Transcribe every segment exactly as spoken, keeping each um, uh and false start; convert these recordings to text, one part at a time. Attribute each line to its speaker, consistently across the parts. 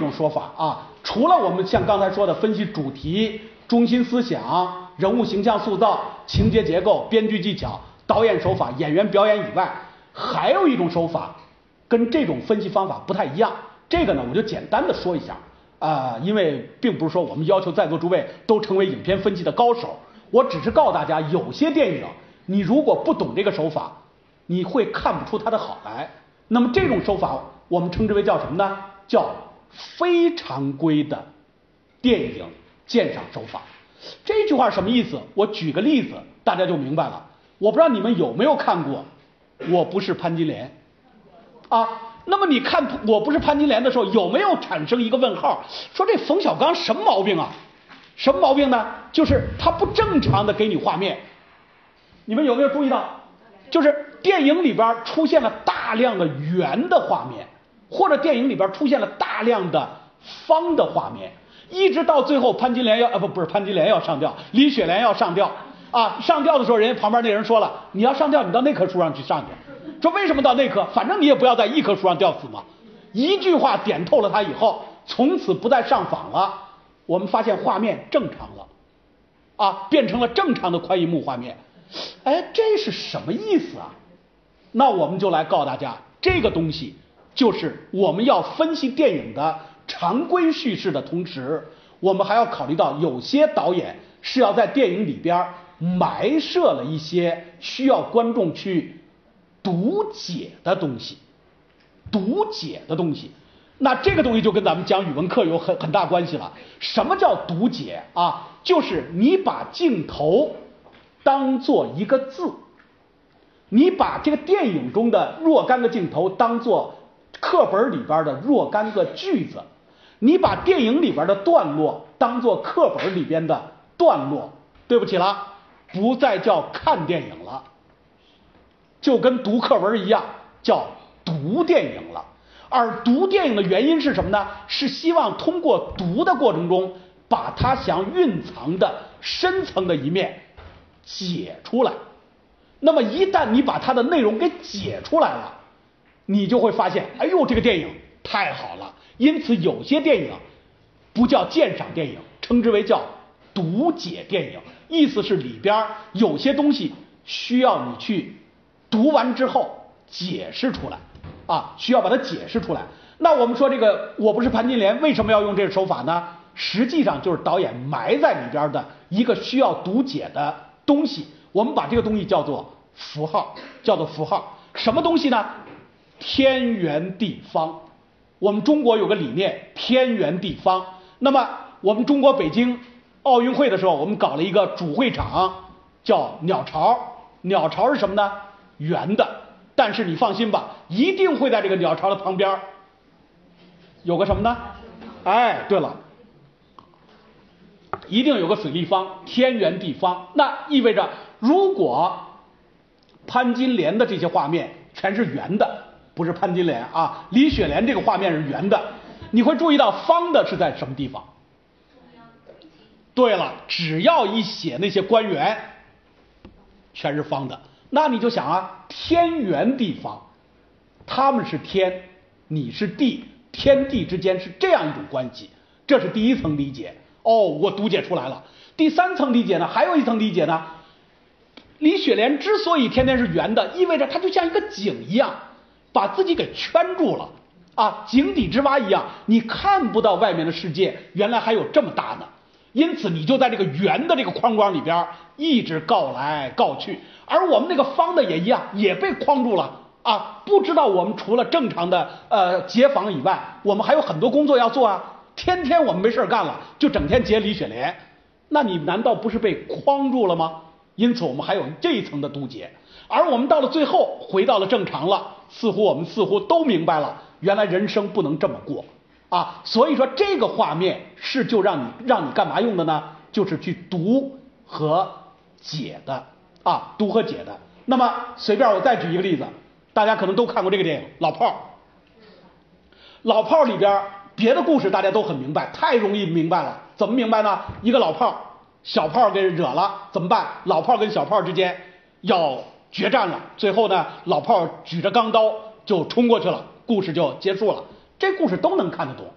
Speaker 1: 种说法啊，除了我们像刚才说的分析主题、中心思想、人物形象塑造、情节结构、编剧技巧、导演手法、演员表演以外，还有一种手法跟这种分析方法不太一样。这个呢，我就简单的说一下啊、呃，因为并不是说我们要求在座诸位都成为影片分析的高手，我只是告诉大家，有些电影你如果不懂这个手法，你会看不出它的好来。那么这种手法我们称之为叫什么呢？叫非常规的电影鉴赏手法。这句话什么意思？我举个例子，大家就明白了。我不知道你们有没有看过《我不是潘金莲》啊？那么你看《我不是潘金莲》的时候，有没有产生一个问号，说这冯小刚什么毛病啊？什么毛病呢？就是他不正常的给你画面。你们有没有注意到？就是电影里边出现了大量的圆的画面，或者电影里边出现了大量的方的画面，一直到最后潘金莲要啊不不是潘金莲要上吊，李雪莲要上吊啊，上吊的时候人家旁边那人说了，你要上吊你到那棵树上去上去，说为什么到那棵？反正你也不要在一棵树上吊死嘛。一句话点透了他以后，从此不再上访了。我们发现画面正常了啊，变成了正常的宽银幕画面。哎，这是什么意思啊？那我们就来告诉大家，这个东西就是我们要分析电影的常规叙事的同时，我们还要考虑到有些导演是要在电影里边埋设了一些需要观众去读解的东西，读解的东西。那这个东西就跟咱们讲语文课有很很大关系了。什么叫读解啊？就是你把镜头当做一个字，你把这个电影中的若干个镜头当做课本里边的若干个句子，你把电影里边的段落当做课本里边的段落，对不起了，不再叫看电影了，就跟读课文一样，叫读电影了。而读电影的原因是什么呢？是希望通过读的过程中，把它想蕴藏的深层的一面解出来。那么一旦你把它的内容给解出来了，你就会发现，哎呦，这个电影太好了。因此有些电影不叫鉴赏电影，称之为叫读解电影，意思是里边有些东西需要你去读完之后解释出来啊，需要把它解释出来。那我们说这个我不是潘金莲为什么要用这个手法呢？实际上就是导演埋在里边的一个需要读解的东西，我们把这个东西叫做符号，叫做符号。什么东西呢？天圆地方。我们中国有个理念，天圆地方。那么我们中国北京奥运会的时候，我们搞了一个主会场，叫鸟巢。鸟巢是什么呢？圆的。但是你放心吧，一定会在这个鸟巢的旁边有个什么呢？哎，对了，一定有个水立方，天圆地方。那意味着，如果潘金莲的这些画面全是圆的，不是潘金莲啊，李雪莲这个画面是圆的，你会注意到方的是在什么地方？对了，只要一写那些官员，全是方的。那你就想啊，天圆地方，他们是天，你是地，天地之间是这样一种关系，这是第一层理解。哦，我读解出来了。第三层理解呢，还有一层理解呢，李雪莲之所以天天是圆的，意味着它就像一个井一样，把自己给圈住了啊，井底之蛙一样，你看不到外面的世界，原来还有这么大呢。因此你就在这个圆的这个框框里边一直告来告去，而我们那个方的也一样，也被框住了啊！不知道我们除了正常的呃结访以外，我们还有很多工作要做啊！天天我们没事干了，就整天结李雪莲，那你难道不是被框住了吗？因此我们还有这一层的读解，而我们到了最后回到了正常了，似乎我们似乎都明白了，原来人生不能这么过。啊，所以说这个画面是就让你让你干嘛用的呢？就是去读和解的啊，读和解的。那么随便我再举一个例子，大家可能都看过这个电影《老炮儿》。老炮儿里边别的故事大家都很明白，太容易明白了。怎么明白呢？一个老炮儿，小炮儿给惹了，怎么办？老炮儿跟小炮儿之间要决战了，最后呢，老炮儿举着钢刀就冲过去了，故事就结束了。这故事都能看得懂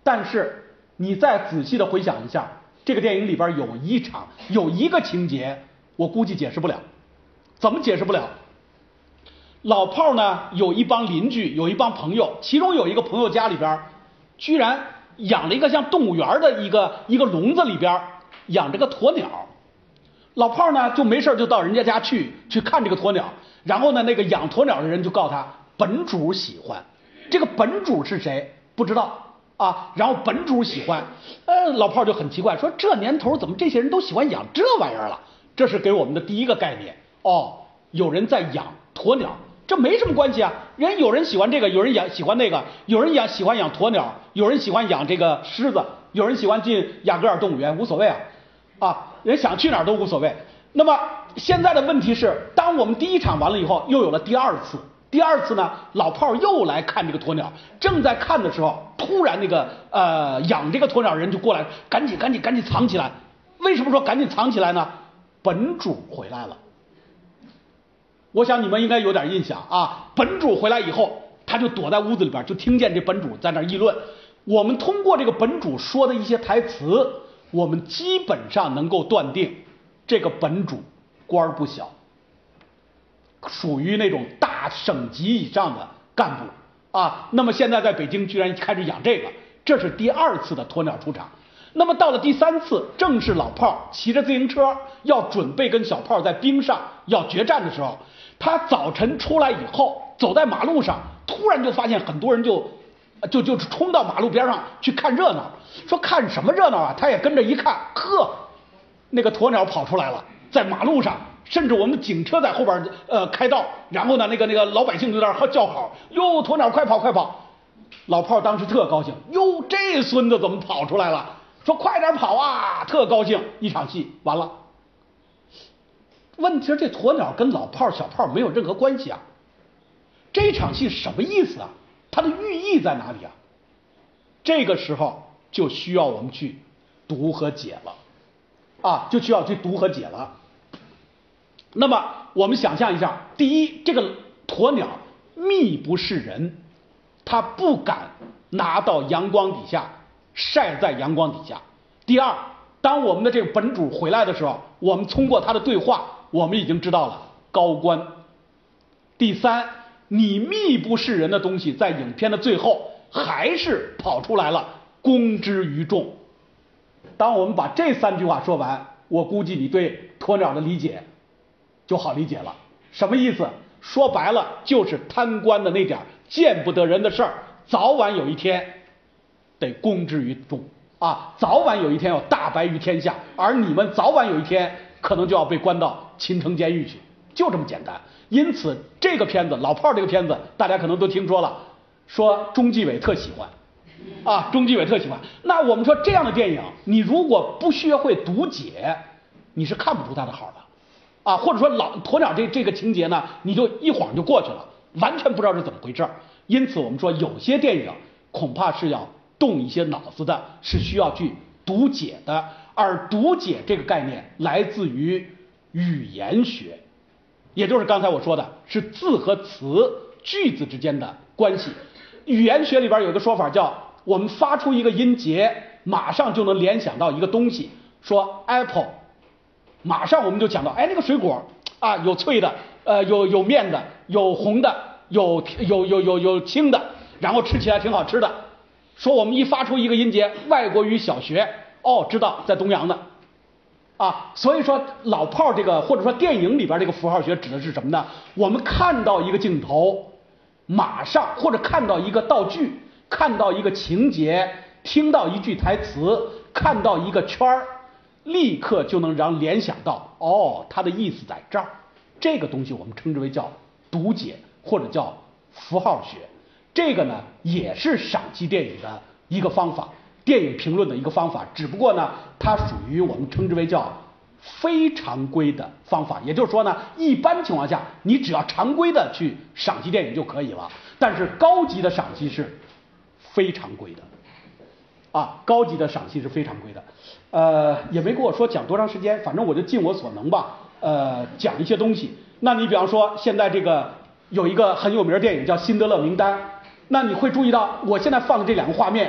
Speaker 1: 但是你再仔细的回想一下，这个电影里边有一场有一个情节，我估计解释不了。怎么解释不了？老炮呢有一帮邻居，有一帮朋友，其中有一个朋友家里边居然养了一个像动物园的一个一个笼子，里边养着个鸵鸟。老炮呢就没事就到人家家去去看这个鸵鸟，然后呢那个养鸵鸟的人就告诉他本主喜欢。这个本主是谁不知道啊，然后本主喜欢，呃老炮就很奇怪，说这年头怎么这些人都喜欢养这玩意儿了？这是给我们的第一个概念。哦，有人在养鸵鸟，这没什么关系啊。人有人喜欢这个，有人养喜欢那个，有人养喜欢养鸵鸟，有人喜欢养这个狮子，有人喜欢进雅戈尔动物园，无所谓啊，啊，人想去哪儿都无所谓。那么现在的问题是，当我们第一场完了以后，又有了第二次。第二次呢，老炮又来看这个鸵鸟，正在看的时候，突然那个呃养这个鸵鸟人就过来，赶紧赶紧赶紧藏起来。为什么说赶紧藏起来呢？本主回来了。我想你们应该有点印象啊，本主回来以后，他就躲在屋子里边，就听见这本主在那议论。我们通过这个本主说的一些台词，我们基本上能够断定，这个本主官不小，属于那种大省级以上的干部啊。那么现在在北京居然开始养这个，这是第二次的鸵鸟出场。那么到了第三次，正是老炮骑着自行车要准备跟小炮在冰上要决战的时候，他早晨出来以后，走在马路上，突然就发现很多人就就就冲到马路边上去看热闹，说看什么热闹啊？他也跟着一看，呵，那个鸵鸟跑出来了，在马路上，甚至我们警车在后边呃开道，然后呢，那个那个老百姓就在那叫好，哟，鸵鸟快跑快跑！老炮当时特高兴，哟，这孙子怎么跑出来了？说快点跑啊！特高兴，一场戏完了。问题是这鸵鸟跟老炮小炮没有任何关系啊，这场戏什么意思啊？它的寓意在哪里啊？这个时候就需要我们去读和解了啊，就需要去读和解了。那么我们想象一下，第一，这个鸵鸟密不是人，它不敢拿到阳光底下晒在阳光底下。第二，当我们的这个本主回来的时候，我们通过他的对话，我们已经知道了高官。第三，你密不是人的东西，在影片的最后还是跑出来了，公之于众。当我们把这三句话说完，我估计你对鸵鸟的理解就好理解了。什么意思？说白了就是贪官的那点见不得人的事儿，早晚有一天得公之于众啊，早晚有一天要大白于天下，而你们早晚有一天可能就要被关到秦城监狱去，就这么简单。因此这个片子老炮这个片子大家可能都听说了，说中纪委特喜欢啊，中纪委特喜欢。那我们说这样的电影，你如果不学会读解，你是看不出它的好的啊，或者说老鸵鸟这这个情节呢，你就一晃就过去了，完全不知道是怎么回事。因此我们说有些电影恐怕是要动一些脑子的，是需要去读解的。而读解这个概念来自于语言学，也就是刚才我说的是字和词句子之间的关系。语言学里边有一个说法叫，我们发出一个音节，马上就能联想到一个东西。说 apple， 马上我们就想到，哎，那个水果啊，有脆的，呃，有有面的，有红的，有有有有有青的，然后吃起来挺好吃的。说我们一发出一个音节，外国语小学，哦，知道在东洋的啊。所以说老炮这个或者说电影里边这个符号学指的是什么呢？我们看到一个镜头，马上或者看到一个道具，看到一个情节，听到一句台词，看到一个圈儿，立刻就能让联想到，哦，它的意思在这儿。这个东西我们称之为叫读解或者叫符号学。这个呢也是赏析电影的一个方法，电影评论的一个方法，只不过呢它属于我们称之为叫非常规的方法。也就是说呢，一般情况下你只要常规的去赏析电影就可以了，但是高级的赏析是非常规的啊，高级的赏析是非常规的。呃，也没跟我说讲多长时间，反正我就尽我所能吧，呃，讲一些东西。那你比方说现在这个有一个很有名的电影叫《辛德勒名单》，那你会注意到我现在放的这两个画面，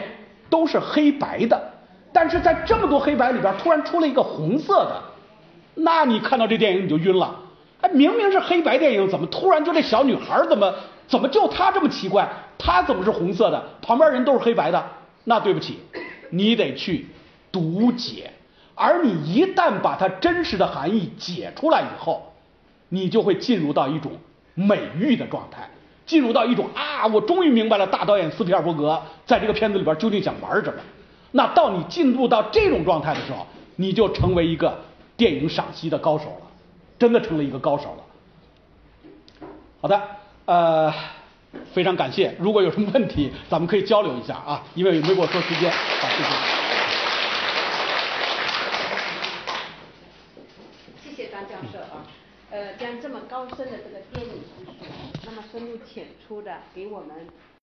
Speaker 1: 都是黑白的，但是在这么多黑白里边突然出了一个红色的，那你看到这电影你就晕了。哎，明明是黑白电影，怎么突然就这小女孩怎么怎么就她这么奇怪？她怎么是红色的？旁边人都是黑白的？那对不起，你得去读解。而你一旦把它真实的含义解出来以后，你就会进入到一种美育的状态，进入到一种啊，我终于明白了大导演斯皮尔伯格在这个片子里边究竟想玩什么。那到你进入到这种状态的时候，你就成为一个电影赏析的高手了，真的成了一个高手了。好的，呃，非常感谢。如果有什么问题，咱们可以交流一下啊，因为没给我说时间。好，谢谢。
Speaker 2: 谢谢张教授啊，呃，将这么高深的这个电影知识，那么深入浅出的给我们